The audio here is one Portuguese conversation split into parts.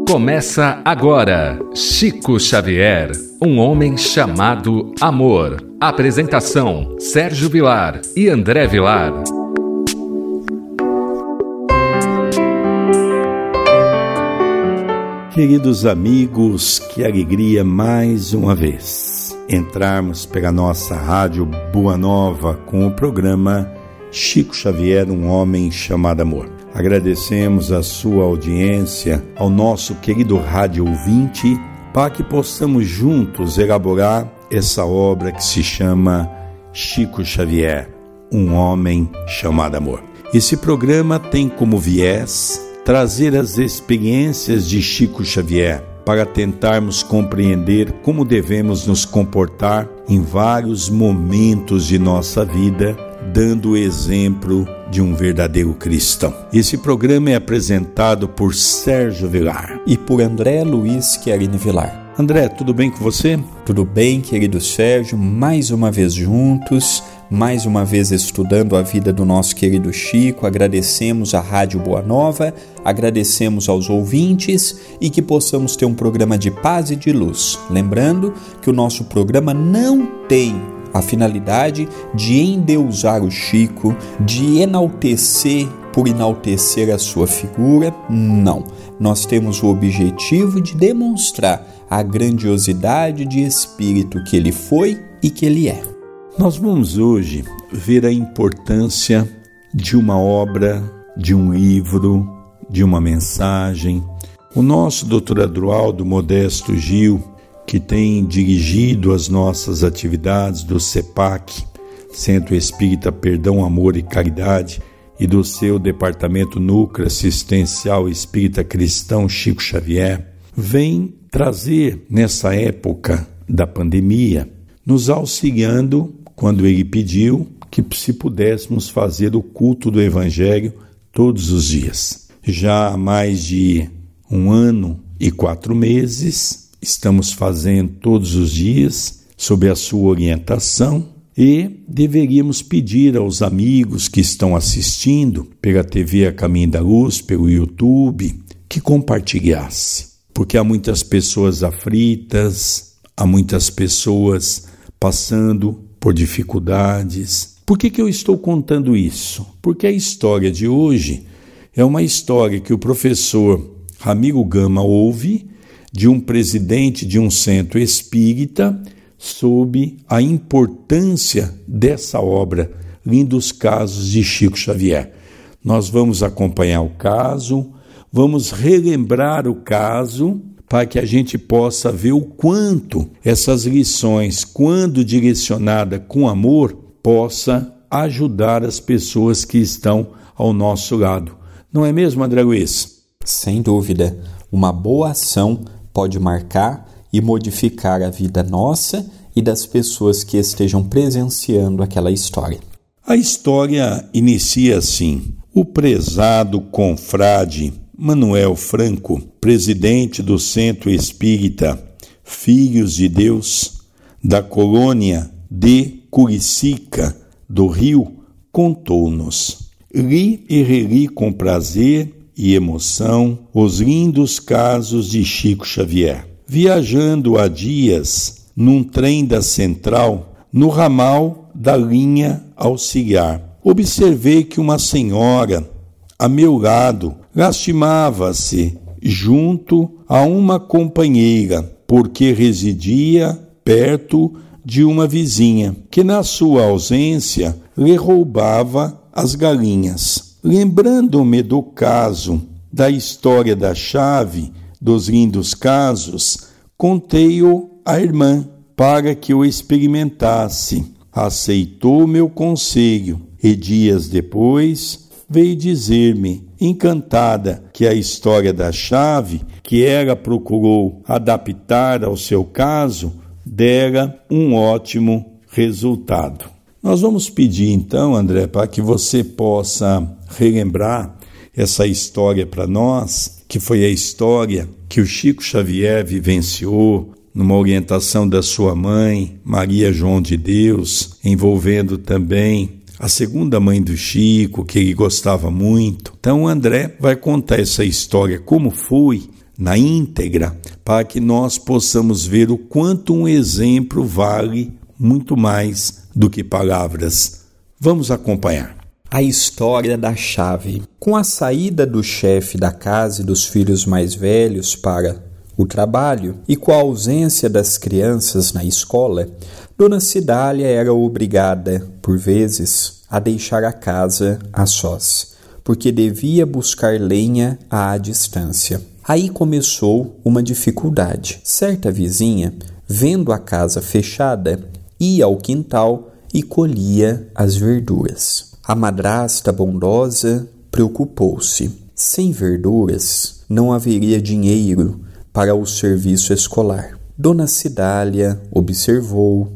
Começa agora, Chico Xavier, um homem chamado amor. Apresentação, Sérgio Vilar e André Vilar. Queridos amigos, que alegria mais uma vez entrarmos pela nossa rádio Boa Nova com o programa Chico Xavier, um homem chamado amor. Agradecemos a sua audiência, ao nosso querido rádio ouvinte, para que possamos juntos elaborar essa obra que se chama Chico Xavier, um homem chamado amor. Esse programa tem como viés trazer as experiências de Chico Xavier para tentarmos compreender como devemos nos comportar em vários momentos de nossa vida, dando o exemplo de um verdadeiro cristão. Esse programa é apresentado por Sérgio Vilar e por André Luiz Querini Vilar. André, tudo bem com você? Tudo bem, querido Sérgio, mais uma vez juntos, mais uma vez estudando a vida do nosso querido Chico. Agradecemos à Rádio Boa Nova, agradecemos aos ouvintes e que possamos ter um programa de paz e de luz. Lembrando que o nosso programa não tem a finalidade de endeusar o Chico, de enaltecer por enaltecer a sua figura. Não, nós temos o objetivo de demonstrar a grandiosidade de espírito que ele foi e que ele é. Nós vamos hoje ver a importância de uma obra, de um livro, de uma mensagem. O nosso doutor Adroaldo Modesto Gil, que tem dirigido as nossas atividades do CEPAC, Centro Espírita Perdão, Amor e Caridade, e do seu departamento Núcleo Assistencial Espírita Cristão Chico Xavier, vem trazer, nessa época da pandemia, nos auxiliando quando ele pediu que se pudéssemos fazer o culto do Evangelho todos os dias. Já há mais de 1 ano e 4 meses, estamos fazendo todos os dias, sob a sua orientação, e deveríamos pedir aos amigos que estão assistindo pela TV A Caminho da Luz, pelo YouTube, que compartilhasse. Porque há muitas pessoas aflitas, há muitas pessoas passando por dificuldades. Por que eu estou contando isso? Porque a história de hoje é uma história que o professor Ramiro Gama ouve de um presidente de um centro espírita sobre a importância dessa obra, Lindos Casos de Chico Xavier. Nós vamos acompanhar o caso, vamos relembrar o caso para que a gente possa ver o quanto essas lições, quando direcionada com amor, possa ajudar as pessoas que estão ao nosso lado. Não é mesmo, André Luiz? Sem dúvida, uma boa ação pode marcar e modificar a vida nossa e das pessoas que estejam presenciando aquela história. A história inicia assim: o prezado confrade Manuel Franco, presidente do Centro Espírita Filhos de Deus, da colônia de Curicica, do Rio, contou-nos. Li e reli com prazer e emoção os lindos casos de Chico Xavier. Viajando há dias num trem da Central, no ramal da linha auxiliar, observei que uma senhora a meu lado lastimava-se junto a uma companheira, porque residia perto de uma vizinha, que na sua ausência lhe roubava as galinhas. Lembrando-me do caso da história da chave dos lindos casos, contei-o à irmã para que o experimentasse. Aceitou meu conselho e dias depois veio dizer-me, encantada, que a história da chave, que ela procurou adaptar ao seu caso, dera um ótimo resultado. Nós vamos pedir então, André, para que você possa relembrar essa história para nós, que foi a história que o Chico Xavier vivenciou numa orientação da sua mãe, Maria João de Deus, envolvendo também a segunda mãe do Chico, que ele gostava muito. Então o André vai contar essa história, como foi na íntegra, para que nós possamos ver o quanto um exemplo vale muito mais do que palavras. Vamos acompanhar. A história da chave. Com a saída do chefe da casa e dos filhos mais velhos para o trabalho e com a ausência das crianças na escola, Dona Cidália era obrigada, por vezes, a deixar a casa a sós, porque devia buscar lenha à distância. Aí começou uma dificuldade. Certa vizinha, vendo a casa fechada, ia ao quintal e colhia as verduras. A madrasta bondosa preocupou-se. Sem verduras, não haveria dinheiro para o serviço escolar. Dona Cidália observou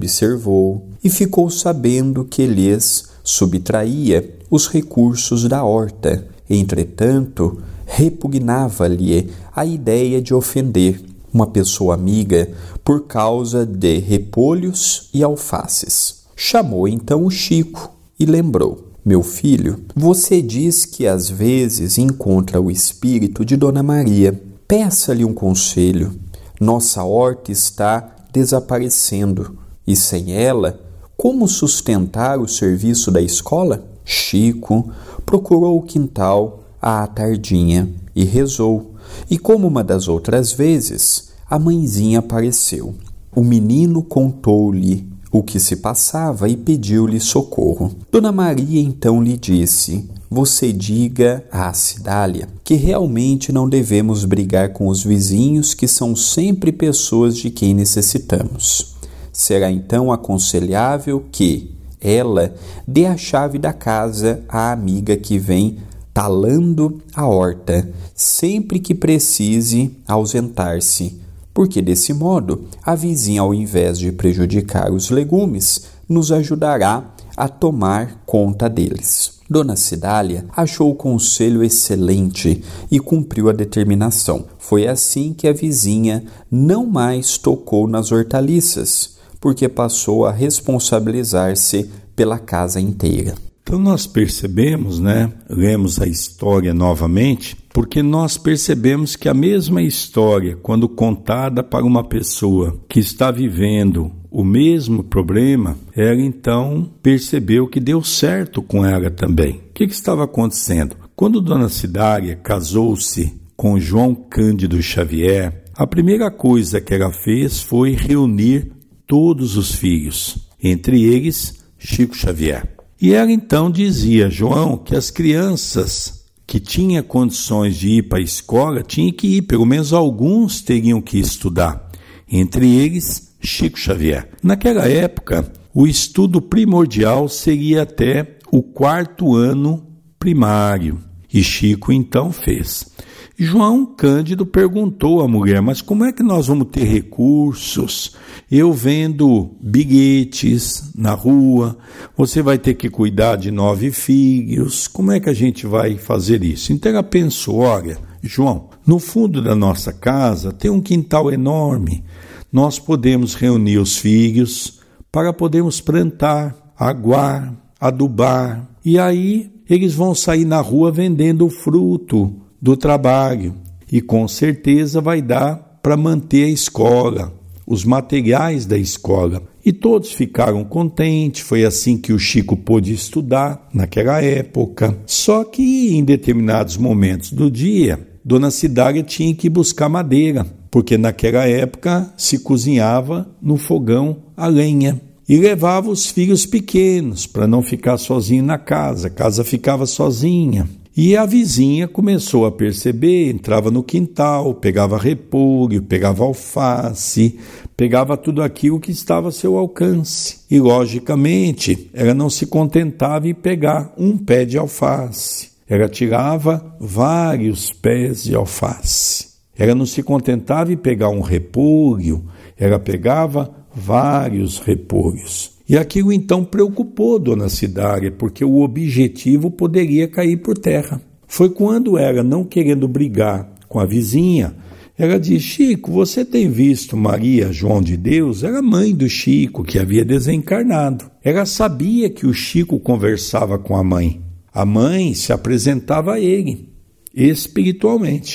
e ficou sabendo que lhes subtraía os recursos da horta. Entretanto, repugnava-lhe a ideia de ofender uma pessoa amiga por causa de repolhos e alfaces. Chamou então o Chico e lembrou: meu filho, você diz que às vezes encontra o espírito de Dona Maria. Peça-lhe um conselho. Nossa horta está desaparecendo e sem ela, como sustentar o serviço da escola? Chico procurou o quintal à tardinha e rezou. E como uma das outras vezes, a mãezinha apareceu. O menino contou-lhe o que se passava e pediu-lhe socorro. Dona Maria então lhe disse: você diga à Cidália que realmente não devemos brigar com os vizinhos, que são sempre pessoas de quem necessitamos. Será então aconselhável que ela dê a chave da casa à amiga que vem talando a horta, sempre que precise ausentar-se, porque desse modo a vizinha, ao invés de prejudicar os legumes, nos ajudará a tomar conta deles. Dona Cidália achou o conselho excelente e cumpriu a determinação. Foi assim que a vizinha não mais tocou nas hortaliças, porque passou a responsabilizar-se pela casa inteira. Então nós percebemos, lemos a história novamente, porque nós percebemos que a mesma história, quando contada para uma pessoa que está vivendo o mesmo problema, ela então percebeu que deu certo com ela também. O que estava acontecendo? Quando Dona Cidália casou-se com João Cândido Xavier, a primeira coisa que ela fez foi reunir todos os filhos, entre eles Chico Xavier. E ela então dizia, João, que as crianças que tinham condições de ir para a escola tinham que ir, pelo menos alguns teriam que estudar, entre eles Chico Xavier. Naquela época, o estudo primordial seria até o 4º ano primário, e Chico então fez. João Cândido perguntou à mulher, mas como é que nós vamos ter recursos? Eu vendo bilhetes na rua, você vai ter que cuidar de 9 filhos, como é que a gente vai fazer isso? Então ela pensou, olha, João, no fundo da nossa casa tem um quintal enorme, nós podemos reunir os filhos para podermos plantar, aguar, adubar, e aí eles vão sair na rua vendendo o fruto do trabalho, e com certeza vai dar para manter a escola, os materiais da escola. E todos ficaram contentes, foi assim que o Chico pôde estudar naquela época. Só que em determinados momentos do dia, Dona Cidália tinha que buscar madeira, porque naquela época se cozinhava no fogão a lenha. E levava os filhos pequenos para não ficar sozinho na casa, a casa ficava sozinha. E a vizinha começou a perceber, entrava no quintal, pegava repolho, pegava alface, pegava tudo aquilo que estava a seu alcance. E, logicamente, ela não se contentava em pegar um pé de alface. Ela tirava vários pés de alface. Ela não se contentava em pegar um repolho, ela pegava vários repolhos. E aquilo então preocupou Dona Cidália, porque o objetivo poderia cair por terra. Foi quando ela, não querendo brigar com a vizinha, ela disse, Chico, você tem visto Maria João de Deus? Era mãe do Chico, que havia desencarnado. Ela sabia que o Chico conversava com a mãe. A mãe se apresentava a ele, espiritualmente.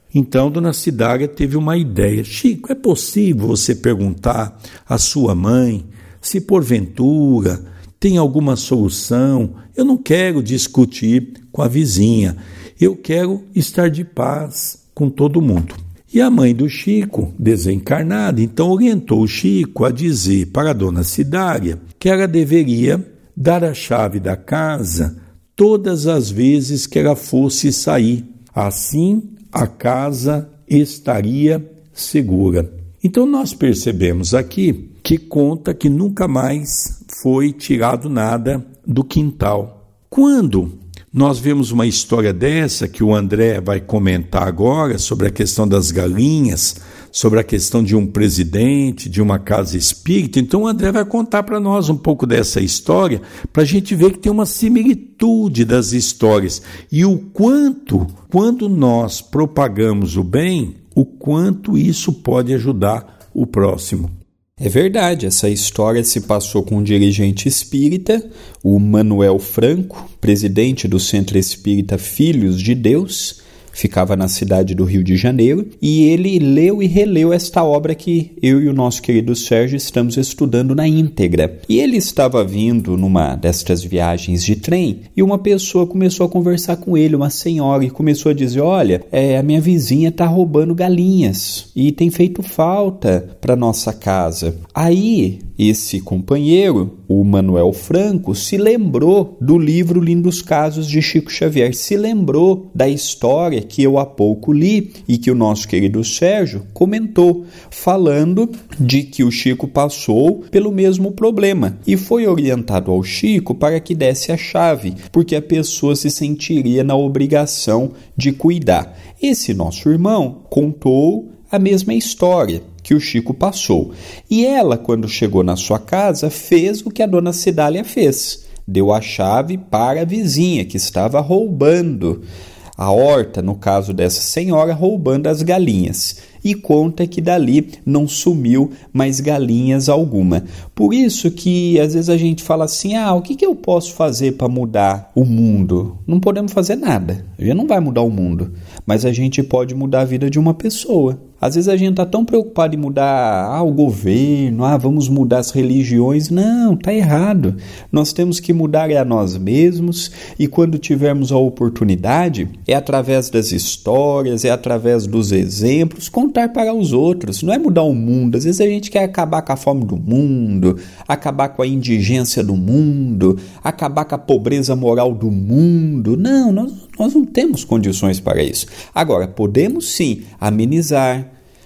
Então, Dona Cidária teve uma ideia. Chico, é possível você perguntar à sua mãe se porventura tem alguma solução? Eu não quero discutir com a vizinha, eu quero estar de paz com todo mundo. E a mãe do Chico, desencarnada, então orientou o Chico a dizer para a Dona Cidária que ela deveria dar a chave da casa todas as vezes que ela fosse sair. Assim, a casa estaria segura. Então nós percebemos aqui que conta que nunca mais foi tirado nada do quintal. Quando nós vemos uma história dessa, que o André vai comentar agora, sobre a questão das galinhas, sobre a questão de um presidente, de uma casa espírita, então o André vai contar para nós um pouco dessa história, para a gente ver que tem uma similitude das histórias e o quanto, quando nós propagamos o bem, o quanto isso pode ajudar o próximo. É verdade, essa história se passou com um dirigente espírita, o Manuel Franco, presidente do Centro Espírita Filhos de Deus, ficava na cidade do Rio de Janeiro, e ele leu e releu esta obra que eu e o nosso querido Sérgio estamos estudando na íntegra. E ele estava vindo numa destas viagens de trem, e uma pessoa começou a conversar com ele, uma senhora, e começou a dizer, olha, a minha vizinha está roubando galinhas, e tem feito falta para nossa casa. Aí, esse companheiro, o Manuel Franco, se lembrou do livro Lindos Casos de Chico Xavier, se lembrou da história que eu há pouco li e que o nosso querido Sérgio comentou, falando de que o Chico passou pelo mesmo problema e foi orientado ao Chico para que desse a chave, porque a pessoa se sentiria na obrigação de cuidar. Esse nosso irmão contou a mesma história que o Chico passou. E ela, quando chegou na sua casa, fez o que a Dona Cidália fez. Deu a chave para a vizinha que estava roubando a horta, no caso dessa senhora, roubando as galinhas. E conta que dali não sumiu mais galinhas alguma. Por isso que às vezes a gente fala assim, o que eu posso fazer para mudar o mundo? Não podemos fazer nada, a gente não vai mudar o mundo, mas a gente pode mudar a vida de uma pessoa. Às vezes a gente está tão preocupado em mudar o governo, vamos mudar as religiões. Não, está errado. Nós temos que mudar a nós mesmos e quando tivermos a oportunidade, é através das histórias, é através dos exemplos, contar para os outros. Não é mudar o mundo. Às vezes a gente quer acabar com a fome do mundo, acabar com a indigência do mundo, acabar com a pobreza moral do mundo. Não, nós não temos condições para isso. Agora, podemos sim amenizar,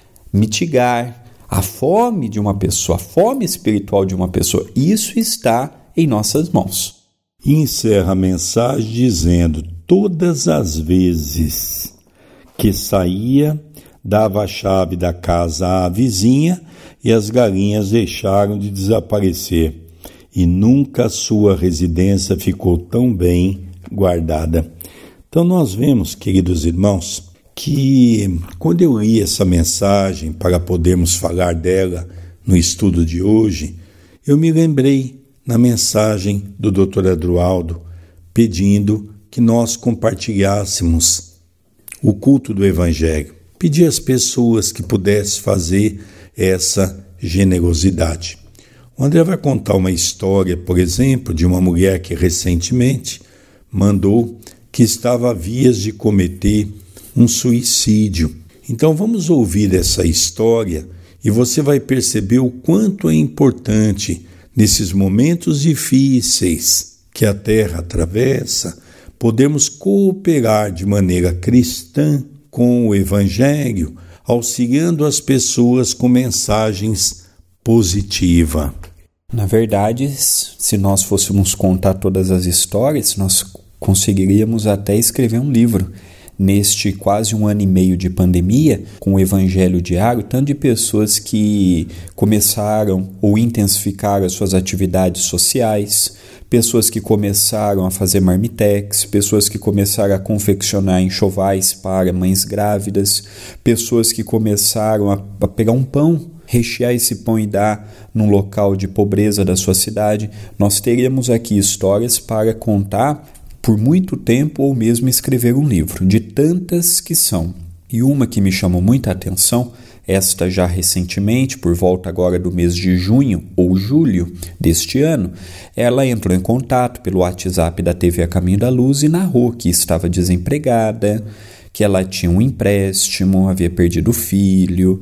mitigar a fome de uma pessoa, a fome espiritual de uma pessoa. Isso está em nossas mãos. E encerra a mensagem dizendo, todas as vezes que saía, dava a chave da casa à vizinha e as galinhas deixaram de desaparecer. E nunca a sua residência ficou tão bem guardada. Então nós vemos, queridos irmãos, que quando eu li essa mensagem para podermos falar dela no estudo de hoje, eu me lembrei na mensagem do Dr. Adroaldo pedindo que nós compartilhássemos o culto do Evangelho. Pedir às pessoas que pudessem fazer essa generosidade. O André vai contar uma história, por exemplo, de uma mulher que recentemente mandou que estava a vias de cometer um suicídio. Então vamos ouvir essa história e você vai perceber o quanto é importante, nesses momentos difíceis que a Terra atravessa, podermos cooperar de maneira cristã com o Evangelho, auxiliando as pessoas com mensagens positivas. Na verdade, se nós fôssemos contar todas as histórias, nós conseguiríamos até escrever um livro. Neste quase 1 ano e meio de pandemia, com o Evangelho diário, tanto de pessoas que começaram ou intensificaram as suas atividades sociais, pessoas que começaram a fazer marmitex, pessoas que começaram a confeccionar enxovais para mães grávidas, pessoas que começaram a pegar um pão, rechear esse pão e dar num local de pobreza da sua cidade. Nós teríamos aqui histórias para contar por muito tempo ou mesmo escrever um livro, de tantas que são. E uma que me chamou muita atenção, esta já recentemente, por volta agora do mês de junho ou julho deste ano, ela entrou em contato pelo WhatsApp da TV A Caminho da Luz e narrou que estava desempregada, que ela tinha um empréstimo, havia perdido o filho,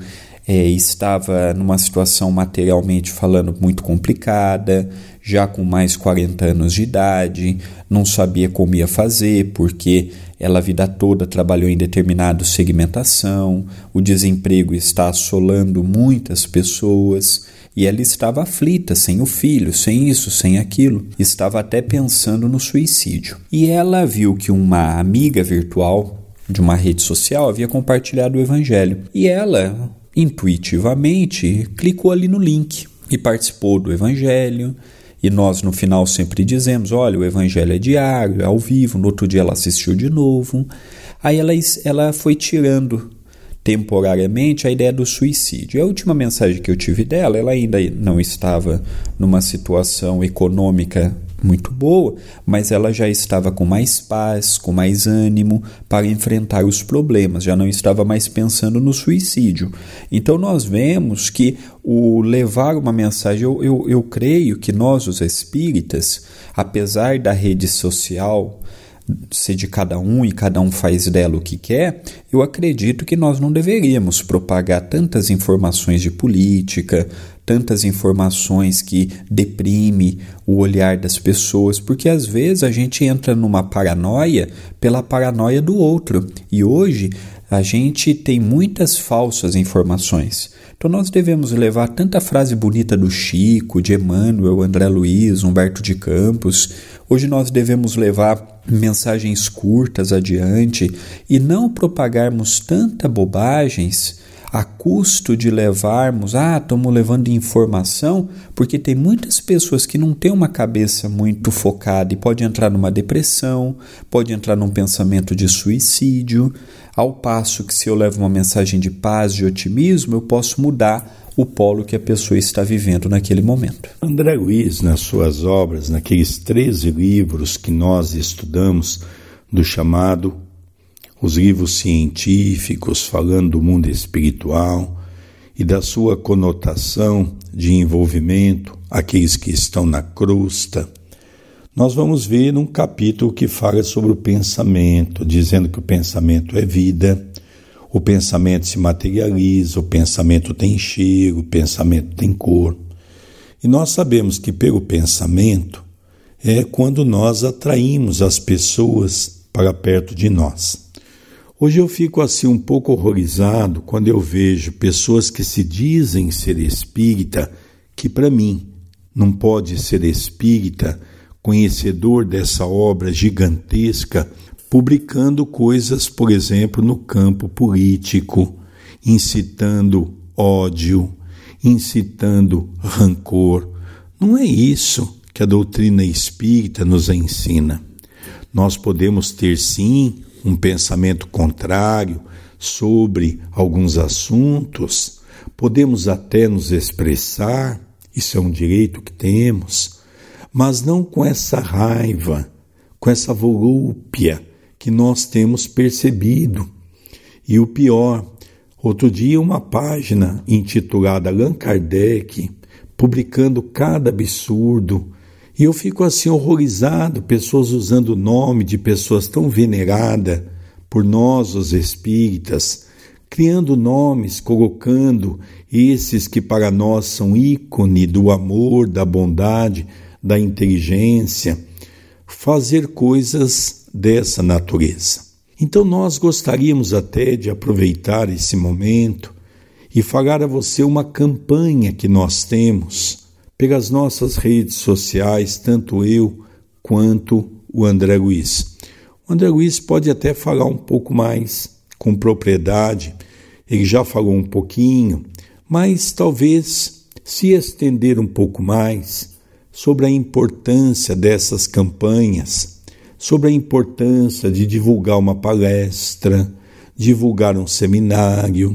estava numa situação materialmente falando muito complicada, já com mais 40 anos de idade, não sabia como ia fazer, porque ela a vida toda trabalhou em determinada segmentação, o desemprego está assolando muitas pessoas, e ela estava aflita, sem o filho, sem isso, sem aquilo, estava até pensando no suicídio. E ela viu que uma amiga virtual de uma rede social havia compartilhado o Evangelho, e ela intuitivamente clicou ali no link e participou do Evangelho. E nós no final sempre dizemos, olha, o Evangelho é diário, é ao vivo. No outro dia ela assistiu de novo. Aí ela foi tirando temporariamente a ideia do suicídio. E a última mensagem que eu tive dela, ela ainda não estava numa situação econômica muito boa, mas ela já estava com mais paz, com mais ânimo para enfrentar os problemas, já não estava mais pensando no suicídio. Então nós vemos que o levar uma mensagem, eu creio que nós os espíritas, apesar da rede social ser de cada um e cada um faz dela o que quer, eu acredito que nós não deveríamos propagar tantas informações de política, tantas informações que deprime o olhar das pessoas, porque às vezes a gente entra numa paranoia pela paranoia do outro, e hoje a gente tem muitas falsas informações. Então nós devemos levar tanta frase bonita do Chico, de Emmanuel, André Luiz, Humberto de Campos. Hoje nós devemos levar mensagens curtas adiante e não propagarmos tanta bobagens a custo de levarmos, estamos levando informação, porque tem muitas pessoas que não têm uma cabeça muito focada e pode entrar numa depressão, pode entrar num pensamento de suicídio, ao passo que se eu levo uma mensagem de paz, de otimismo, eu posso mudar o polo que a pessoa está vivendo naquele momento. André Luiz, nas suas obras, naqueles 13 livros que nós estudamos, do chamado os livros científicos falando do mundo espiritual e da sua conotação de envolvimento, aqueles que estão na crosta, nós vamos ver um capítulo que fala sobre o pensamento, dizendo que o pensamento é vida, o pensamento se materializa, o pensamento tem cheiro, o pensamento tem cor. E nós sabemos que pelo pensamento é quando nós atraímos as pessoas para perto de nós. Hoje eu fico assim um pouco horrorizado quando eu vejo pessoas que se dizem ser espírita, que para mim não pode ser espírita, conhecedor dessa obra gigantesca, publicando coisas, por exemplo, no campo político, incitando ódio, incitando rancor. Não é isso que a doutrina espírita nos ensina. Nós podemos ter, sim, um pensamento contrário sobre alguns assuntos, podemos até nos expressar, isso é um direito que temos, mas não com essa raiva, com essa volúpia que nós temos percebido. E o pior, outro dia uma página intitulada Allan Kardec, publicando cada absurdo, e eu fico assim horrorizado, pessoas usando o nome de pessoas tão veneradas por nós, os espíritas, criando nomes, colocando esses que para nós são ícone do amor, da bondade, da inteligência, fazer coisas dessa natureza. Então nós gostaríamos até de aproveitar esse momento e falar a você uma campanha que nós temos pelas nossas redes sociais, tanto eu quanto o André Luiz. O André Luiz pode até falar um pouco mais com propriedade, ele já falou um pouquinho, mas talvez se estender um pouco mais sobre a importância dessas campanhas, sobre a importância de divulgar uma palestra, divulgar um seminário,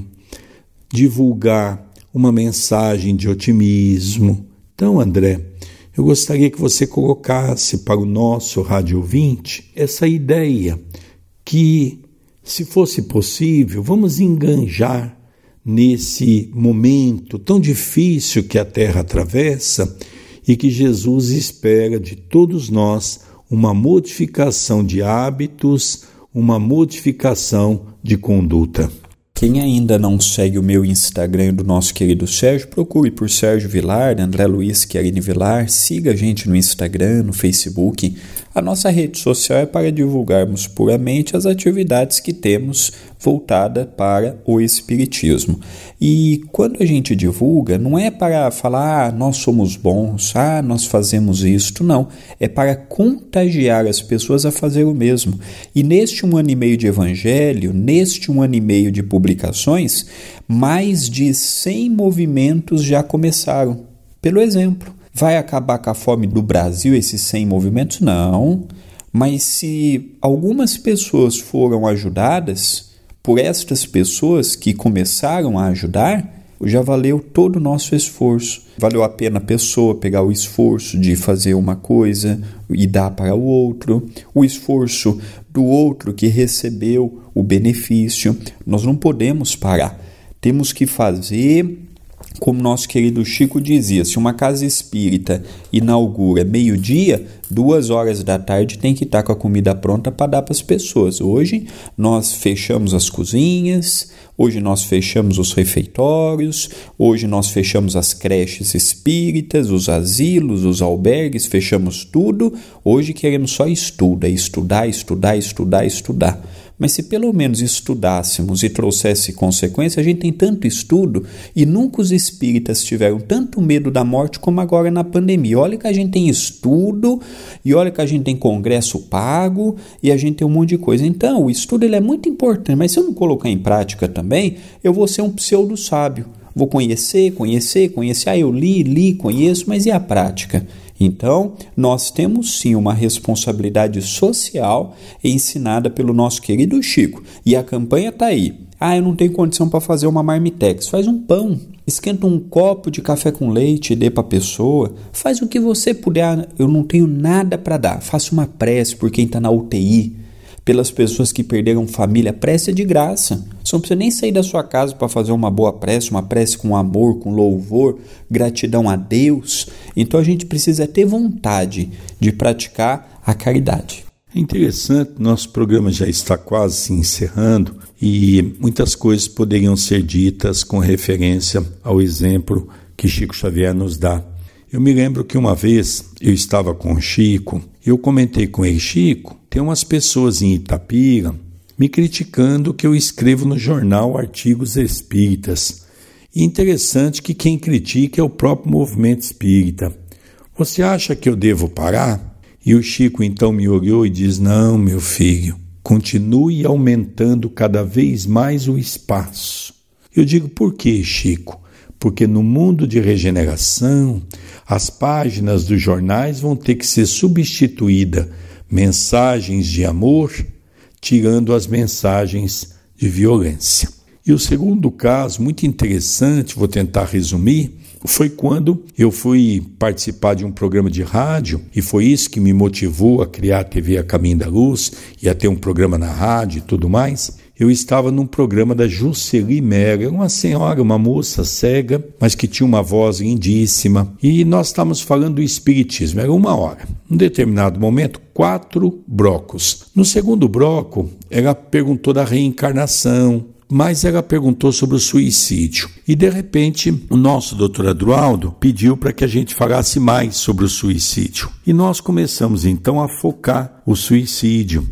divulgar uma mensagem de otimismo. Então, André, eu gostaria que você colocasse para o nosso rádio ouvinte essa ideia que Se fosse possível, vamos enganjar nesse momento tão difícil que a Terra atravessa e que Jesus espera de todos nós uma modificação de hábitos, uma modificação de conduta. Quem ainda não segue o meu Instagram do nosso querido Sérgio, procure por Sérgio Vilar, André Luiz Chiarini Vilar, siga a gente no Instagram, no Facebook. A nossa rede social é para divulgarmos puramente as atividades que temos voltada para o Espiritismo. E quando a gente divulga, não é para falar, nós somos bons, nós fazemos isto, não. É para contagiar as pessoas a fazer o mesmo. E neste 1 ano e meio de evangelho, neste 1 ano e meio de publicações, mais de 100 movimentos já começaram. Pelo exemplo. Vai acabar com a fome do Brasil esses 100 movimentos? Não. Mas se algumas pessoas foram ajudadas por estas pessoas que começaram a ajudar, já valeu todo o nosso esforço. Valeu a pena a pessoa pegar o esforço de fazer uma coisa e dar para o outro, o esforço do outro que recebeu o benefício. Nós não podemos parar. Temos que fazer, como nosso querido Chico dizia, se uma casa espírita inaugura meio-dia, 2 horas da tarde tem que estar com a comida pronta para dar para as pessoas. Hoje nós fechamos as cozinhas, hoje nós fechamos os refeitórios, hoje nós fechamos as creches espíritas, os asilos, os albergues, fechamos tudo. Hoje queremos só estudar. Mas se pelo menos estudássemos e trouxesse consequência, a gente tem tanto estudo e nunca os espíritas tiveram tanto medo da morte como agora na pandemia. Olha que a gente tem estudo e olha que a gente tem congresso pago e a gente tem um monte de coisa. Então, o estudo ele é muito importante, mas se eu não colocar em prática também, eu vou ser um pseudo-sábio. Vou conhecer. Eu li, conheço, mas e a prática? Então, nós temos sim uma responsabilidade social ensinada pelo nosso querido Chico. E a campanha está aí. Eu não tenho condição para fazer uma marmitex. Faz um pão, esquenta um copo de café com leite e dê para a pessoa. Faz o que você puder. Eu não tenho nada para dar. Faça uma prece por quem está na UTI. Pelas pessoas que perderam família, prece é de graça. Você não precisa nem sair da sua casa para fazer uma boa prece, uma prece com amor, com louvor, gratidão a Deus. Então a gente precisa ter vontade de praticar a caridade. É interessante, nosso programa já está quase se encerrando e muitas coisas poderiam ser ditas com referência ao exemplo que Chico Xavier nos dá. Eu me lembro que uma vez eu estava com o Chico e eu comentei com ele, Chico, tem umas pessoas em Itapira me criticando que eu escrevo no jornal artigos espíritas. E interessante que quem critica é o próprio movimento espírita. Você acha que eu devo parar? E o Chico então me olhou e diz, não, meu filho, continue aumentando cada vez mais o espaço. Eu digo, por quê, Chico? Porque no mundo de regeneração, as páginas dos jornais vão ter que ser substituídas, mensagens de amor, tirando as mensagens de violência. E o segundo caso, muito interessante, vou tentar resumir, foi quando eu fui participar de um programa de rádio, e foi isso que me motivou a criar a TV A Caminho da Luz, e a ter um programa na rádio e tudo mais. Eu estava num programa da Jusceli Mera, uma senhora, uma moça cega, mas que tinha uma voz lindíssima, e nós estávamos falando do espiritismo, era 1 hora. Num determinado momento, 4 blocos. No segundo bloco, ela perguntou da reencarnação, mas ela perguntou sobre o suicídio. E, de repente, o nosso doutor Adroaldo pediu para que a gente falasse mais sobre o suicídio. E nós começamos, então, a focar o suicídio.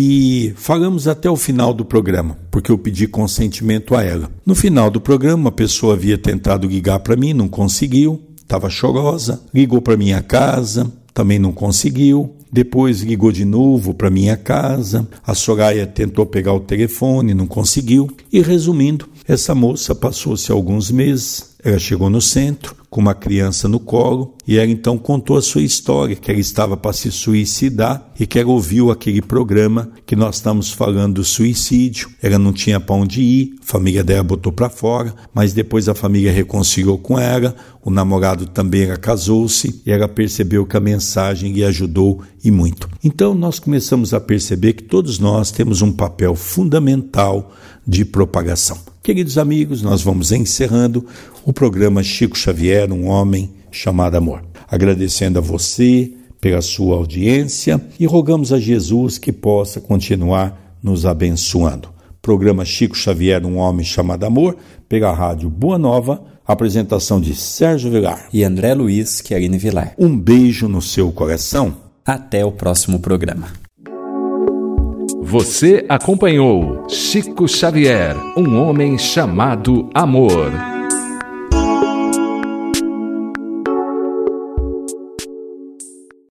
E falamos até o final do programa, porque eu pedi consentimento a ela. No final do programa, uma pessoa havia tentado ligar para mim, não conseguiu, estava chorosa. Ligou para minha casa, também não conseguiu. Depois ligou de novo para minha casa. A Soraya tentou pegar o telefone, não conseguiu. E resumindo, essa moça passou-se alguns meses, Ela chegou no centro com uma criança no colo e ela então contou a sua história, que ela estava para se suicidar e que ela ouviu aquele programa que nós estamos falando do suicídio. Ela não tinha para onde ir, a família dela botou para fora, mas depois a família reconciliou com ela, o namorado também, ela casou-se e ela percebeu que a mensagem lhe ajudou e muito. Então nós começamos a perceber que todos nós temos um papel fundamental de propagação. Queridos amigos, nós vamos encerrando o programa Chico Xavier, um homem chamado amor. Agradecendo a você pela sua audiência e rogamos a Jesus que possa continuar nos abençoando. Programa Chico Xavier, um homem chamado amor, pela Rádio Boa Nova, apresentação de Sérgio Vilar e André Luiz Querine Vilar. Um beijo no seu coração. Até o próximo programa. Você acompanhou Chico Xavier, um homem chamado amor.